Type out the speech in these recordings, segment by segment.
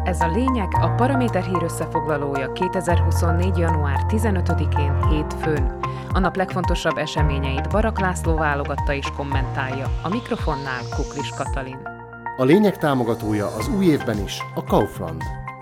Ez a lényeg a Paraméter hír összefoglalója 2024. január 15-én hétfőn. A nap legfontosabb eseményeit Barak László válogatta és kommentálja. A mikrofonnál Kuklis Katalin. A lényeg támogatója az új évben is a Kaufland.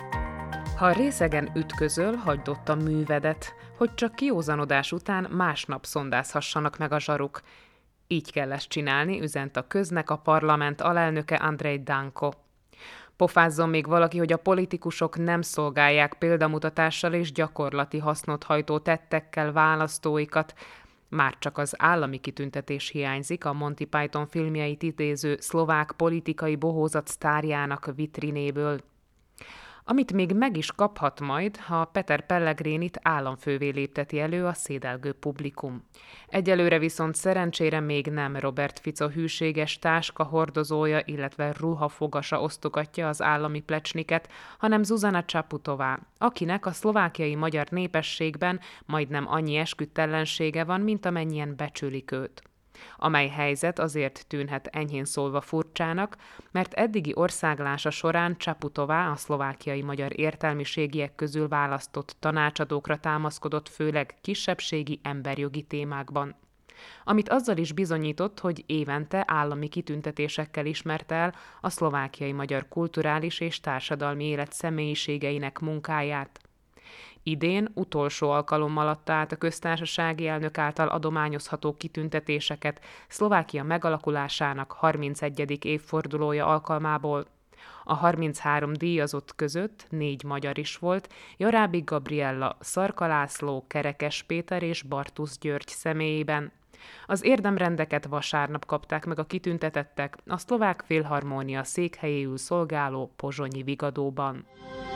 Ha részegen ütközöl, hagyd ott a művedet, hogy csak kiózanodás után másnap szondázhassanak meg a zsaruk. Így kell ezt csinálni, üzent a köznek a parlament alelnöke Andrej Danko. Pofázzon még valaki, hogy a politikusok nem szolgálják példamutatással és gyakorlati hasznot hajtó tettekkel választóikat. Már csak az állami kitüntetés hiányzik a Monty Python filmjeit idéző szlovák politikai bohózat sztárjának vitrinéből. Amit még meg is kaphat majd, ha Peter Pellegrinit államfővé lépteti elő a szédelgő publikum. Egyelőre viszont szerencsére még nem Robert Fico hűséges táska hordozója, illetve ruhafogasa osztogatja az állami plecsniket, hanem Zuzana Čaputová, akinek a szlovákiai magyar népességben majdnem annyi esküdt ellensége van, mint amennyien becsülik őt. Amely helyzet azért tűnhet enyhén szólva furcsának, mert eddigi országlása során Čaputová a szlovákiai magyar értelmiségiek közül választott tanácsadókra támaszkodott főleg kisebbségi emberjogi témákban. Amit azzal is bizonyított, hogy évente állami kitüntetésekkel ismerte el a szlovákiai magyar kulturális és társadalmi élet személyiségeinek munkáját. Idén utolsó alkalommal adta át a köztársasági elnök által adományozható kitüntetéseket Szlovákia megalakulásának 31. évfordulója alkalmából. A 33 díjazott között 4 magyar is volt, Jarábi Gabriella, Szarka László, Kerekes Péter és Bartusz György személyében. Az érdemrendeket vasárnap kapták meg a kitüntetettek a szlovák filharmónia székhelyéül szolgáló pozsonyi Vigadóban.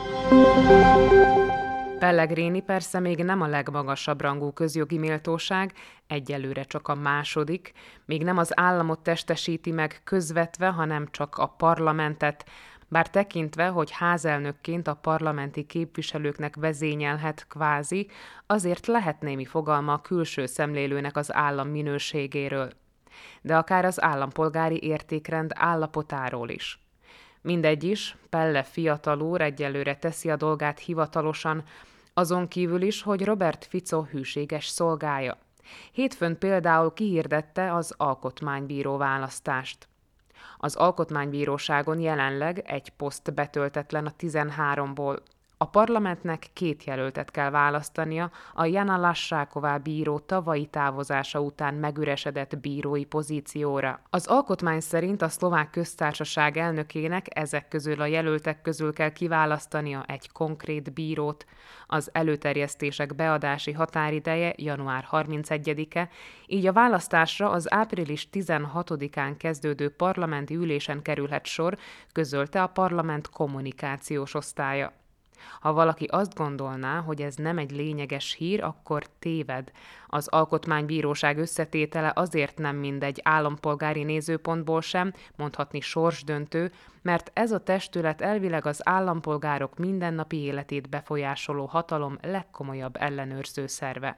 Pellegrini persze még nem a legmagasabb rangú közjogi méltóság, egyelőre csak a második, még nem az államot testesíti meg közvetve, hanem csak a parlamentet, bár tekintve, hogy házelnökként a parlamenti képviselőknek vezényelhet kvázi, azért lehet némi fogalma a külső szemlélőnek az állam minőségéről, de akár az állampolgári értékrend állapotáról is. Mindegy is, Pelle fiatal úr egyelőre teszi a dolgát hivatalosan, azon kívül is, hogy Robert Fico hűséges szolgája. Hétfőn például kihirdette az alkotmánybíró választást. Az alkotmánybíróságon jelenleg egy poszt betöltetlen a 13-ból. A parlamentnek 2 jelöltet kell választania a Jana Lasáková bíró tavalyi távozása után megüresedett bírói pozícióra. Az alkotmány szerint a szlovák köztársaság elnökének ezek közül a jelöltek közül kell kiválasztania egy konkrét bírót. Az előterjesztések beadási határideje január 31-e, így a választásra az április 16-án kezdődő parlamenti ülésen kerülhet sor, közölte a parlament kommunikációs osztálya. Ha valaki azt gondolná, hogy ez nem egy lényeges hír, akkor téved. Az alkotmánybíróság összetétele azért nem mindegy állampolgári nézőpontból sem, mondhatni sorsdöntő, mert ez a testület elvileg az állampolgárok mindennapi életét befolyásoló hatalom legkomolyabb ellenőrző szerve.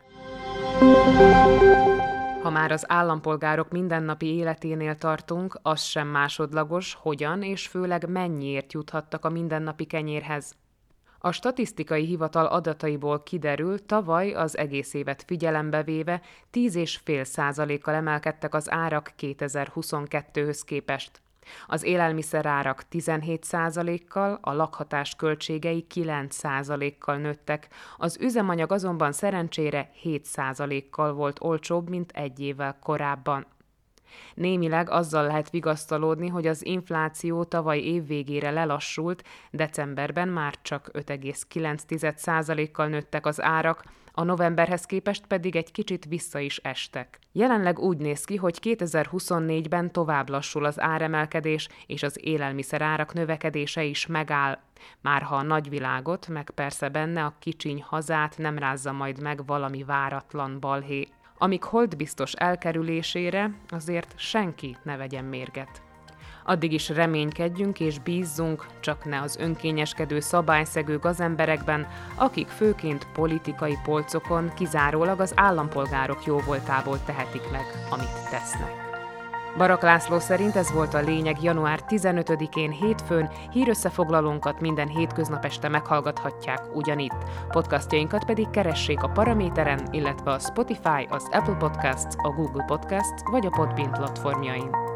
Ha már az állampolgárok mindennapi életénél tartunk, az sem másodlagos, hogyan és főleg mennyiért juthattak a mindennapi kenyérhez. A statisztikai hivatal adataiból kiderül, tavaly az egész évet figyelembe véve 10,5%-kal emelkedtek az árak 2022-höz képest. Az élelmiszerárak 17%-kal, a lakhatás költségei 9%-kal nőttek, az üzemanyag azonban szerencsére 7%-kal volt olcsóbb, mint egy évvel korábban. Némileg azzal lehet vigasztalódni, hogy az infláció tavaly év végére lelassult, decemberben már csak 5,9%-kal nőttek az árak, a novemberhez képest pedig egy kicsit vissza is estek. Jelenleg úgy néz ki, hogy 2024-ben tovább lassul az áremelkedés, és az élelmiszerárak növekedése is megáll. Márha a nagyvilágot, meg persze benne a kicsiny hazát nem rázza majd meg valami váratlan balhé. Amíg holdbiztos elkerülésére azért senki ne vegyen mérget. Addig is reménykedjünk és bízzunk, csak ne az önkényeskedő szabályszegő gazemberekben, akik főként politikai polcokon kizárólag az állampolgárok jóvoltából tehetik meg, amit tesznek. Barak László szerint ez volt a lényeg január 15-én hétfőn, hírösszefoglalónkat minden hétköznap este meghallgathatják ugyanitt. Podcastjainkat pedig keressék a Paraméteren, illetve a Spotify, az Apple Podcasts, a Google Podcasts vagy a Podbean platformjain.